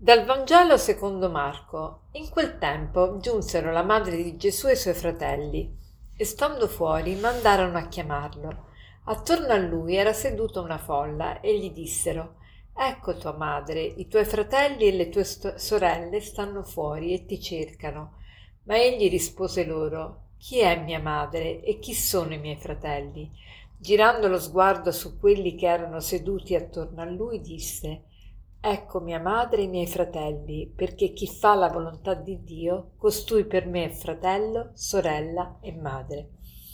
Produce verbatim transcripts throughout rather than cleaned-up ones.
Dal Vangelo secondo Marco. In quel tempo giunsero la madre di Gesù e i suoi fratelli, e stando fuori mandarono a chiamarlo. Attorno a lui era seduta una folla, e gli dissero: «Ecco tua madre, i tuoi fratelli e le tue sto- sorelle stanno fuori e ti cercano». Ma egli rispose loro: «Chi è mia madre e chi sono i miei fratelli?» Girando lo sguardo su quelli che erano seduti attorno a lui, disse: «Ecco mia madre e i miei fratelli, perché chi fa la volontà di Dio, costui per me è fratello, sorella e madre».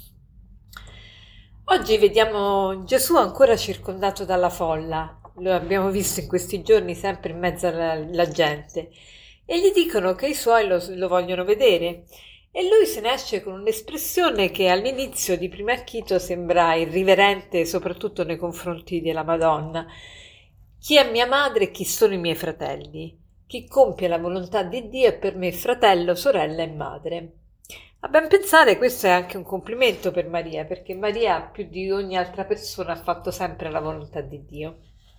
Oggi vediamo Gesù ancora circondato dalla folla, lo abbiamo visto in questi giorni sempre in mezzo alla, alla gente, e gli dicono che i suoi lo, lo vogliono vedere, e lui se ne esce con un'espressione che all'inizio di primo acchito sembra irriverente, soprattutto nei confronti della Madonna. «Chi è mia madre e chi sono i miei fratelli? Chi compie la volontà di Dio è per me fratello, sorella e madre». A ben pensare questo è anche un complimento per Maria, perché Maria più di ogni altra persona ha fatto sempre la volontà di Dio.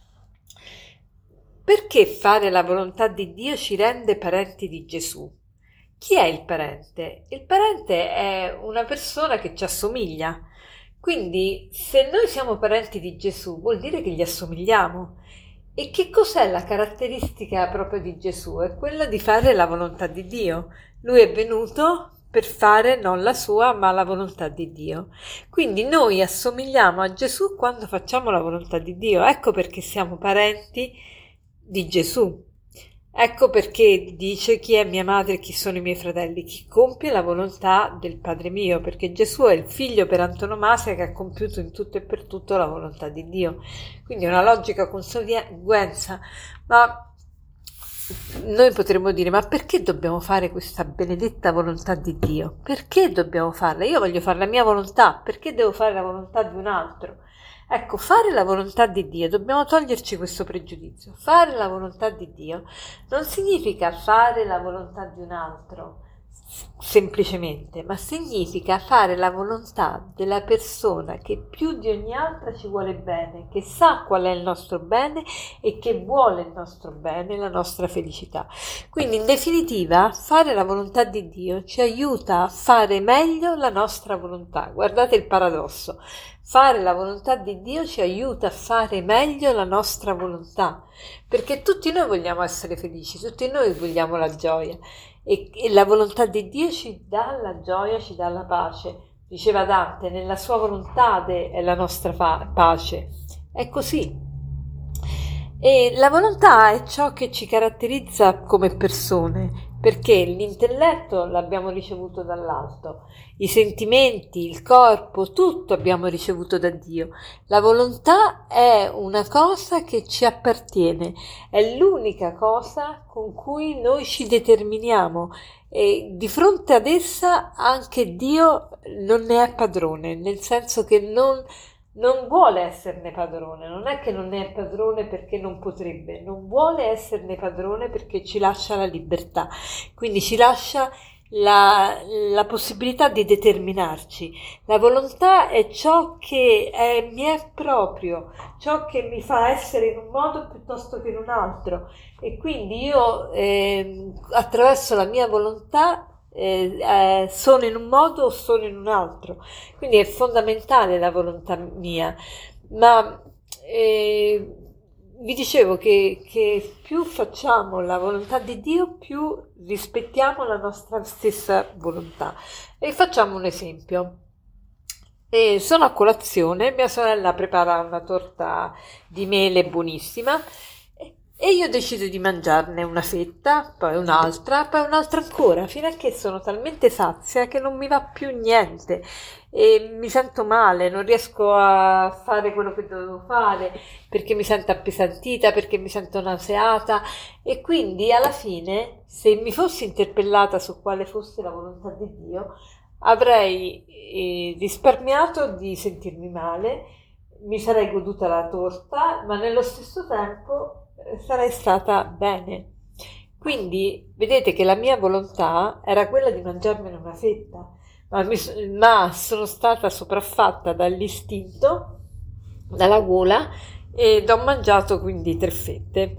Perché fare la volontà di Dio ci rende parenti di Gesù? Chi è il parente? Il parente è una persona che ci assomiglia. Quindi se noi siamo parenti di Gesù vuol dire che gli assomigliamo. E che cos'è la caratteristica proprio di Gesù? È quella di fare la volontà di Dio. Lui è venuto per fare non la sua, ma la volontà di Dio. Quindi noi assomigliamo a Gesù quando facciamo la volontà di Dio. Ecco perché siamo parenti di Gesù. Ecco perché dice: «Chi è mia madre e chi sono i miei fratelli?» Chi compie la volontà del Padre mio, perché Gesù è il figlio per antonomasia che ha compiuto in tutto e per tutto la volontà di Dio. Quindi è una logica conseguenza. Ma noi potremmo dire: ma perché dobbiamo fare questa benedetta volontà di Dio? Perché dobbiamo farla? Io voglio fare la mia volontà, perché devo fare la volontà di un altro? Ecco, fare la volontà di Dio, dobbiamo toglierci questo pregiudizio. Fare la volontà di Dio non significa fare la volontà di un altro, semplicemente, ma significa fare la volontà della persona che più di ogni altra ci vuole bene, che sa qual è il nostro bene e che vuole il nostro bene, la nostra felicità. Quindi, in definitiva, fare la volontà di Dio ci aiuta a fare meglio la nostra volontà. Guardate il paradosso. Fare la volontà di Dio ci aiuta a fare meglio la nostra volontà, perché tutti noi vogliamo essere felici, tutti noi vogliamo la gioia, e, e la volontà di Dio ci dà la gioia, ci dà la pace. Diceva Dante: «Nella sua volontà è la nostra fa- pace». È così. E la volontà è ciò che ci caratterizza come persone, perché l'intelletto l'abbiamo ricevuto dall'alto, i sentimenti, il corpo, tutto abbiamo ricevuto da Dio. La volontà è una cosa che ci appartiene, è l'unica cosa con cui noi ci determiniamo, e di fronte ad essa anche Dio non ne è padrone, nel senso che non Non vuole esserne padrone, non è che non ne è padrone perché non potrebbe, non vuole esserne padrone perché ci lascia la libertà, quindi ci lascia la, la possibilità di determinarci. La volontà è ciò che è, mi è proprio, ciò che mi fa essere in un modo piuttosto che in un altro, e quindi io eh, attraverso la mia volontà Eh, eh, sono in un modo o sono in un altro. Quindi è fondamentale la volontà mia. Ma eh, vi dicevo che, che più facciamo la volontà di Dio, più rispettiamo la nostra stessa volontà. E facciamo un esempio. E sono a colazione, mia sorella prepara una torta di mele buonissima, e io decido di mangiarne una fetta, poi un'altra, poi un'altra ancora, fino a che sono talmente sazia che non mi va più niente e mi sento male, non riesco a fare quello che dovevo fare, perché mi sento appesantita, perché mi sento nauseata, e quindi alla fine, se mi fossi interpellata su quale fosse la volontà di Dio, avrei eh, risparmiato di sentirmi male, mi sarei goduta la torta, ma nello stesso tempo sarei stata bene. Quindi vedete che la mia volontà era quella di mangiarmene una fetta, ma, mi, ma sono stata sopraffatta dall'istinto, dalla gola, ed ho mangiato quindi tre fette.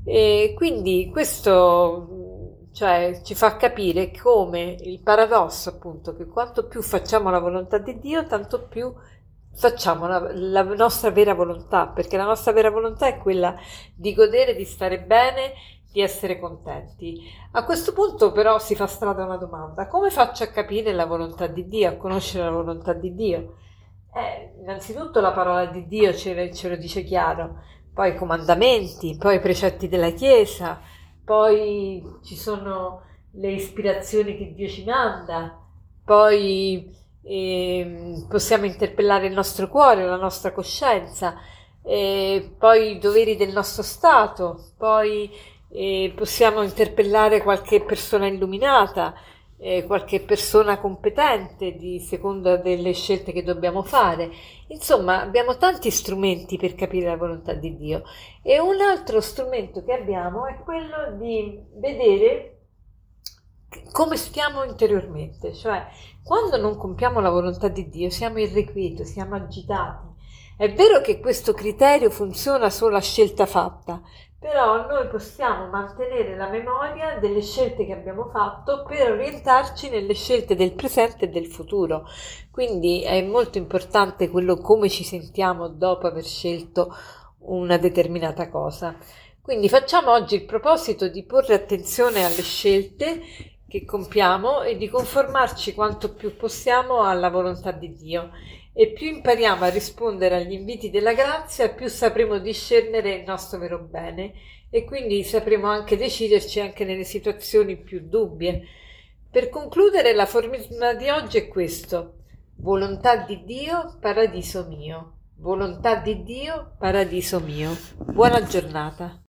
E quindi questo, cioè, ci fa capire come il paradosso, appunto, che quanto più facciamo la volontà di Dio, tanto più facciamo la, la nostra vera volontà, perché la nostra vera volontà è quella di godere, di stare bene, di essere contenti. A questo punto però si fa strada una domanda: come faccio a capire la volontà di Dio, a conoscere la volontà di Dio? Eh, innanzitutto la parola di Dio ce, ce lo dice chiaro, poi i comandamenti, poi i precetti della Chiesa, poi ci sono le ispirazioni che Dio ci manda, poi eh, possiamo interpellare il nostro cuore, la nostra coscienza, eh, poi i doveri del nostro Stato, poi eh, possiamo interpellare qualche persona illuminata, eh, qualche persona competente di seconda delle scelte che dobbiamo fare. Insomma, abbiamo tanti strumenti per capire la volontà di Dio, e un altro strumento che abbiamo è quello di vedere come stiamo interiormente, cioè quando non compiamo la volontà di Dio siamo irrequieti, siamo agitati. È vero che questo criterio funziona solo a scelta fatta, però noi possiamo mantenere la memoria delle scelte che abbiamo fatto per orientarci nelle scelte del presente e del futuro. Quindi è molto importante quello come ci sentiamo dopo aver scelto una determinata cosa. Quindi facciamo oggi il proposito di porre attenzione alle scelte che compiamo e di conformarci quanto più possiamo alla volontà di Dio. E più impariamo a rispondere agli inviti della grazia, più sapremo discernere il nostro vero bene, e quindi sapremo anche deciderci anche nelle situazioni più dubbie. Per concludere, la formula di oggi è questo: volontà di Dio, paradiso mio. Volontà di Dio, paradiso mio. Buona giornata.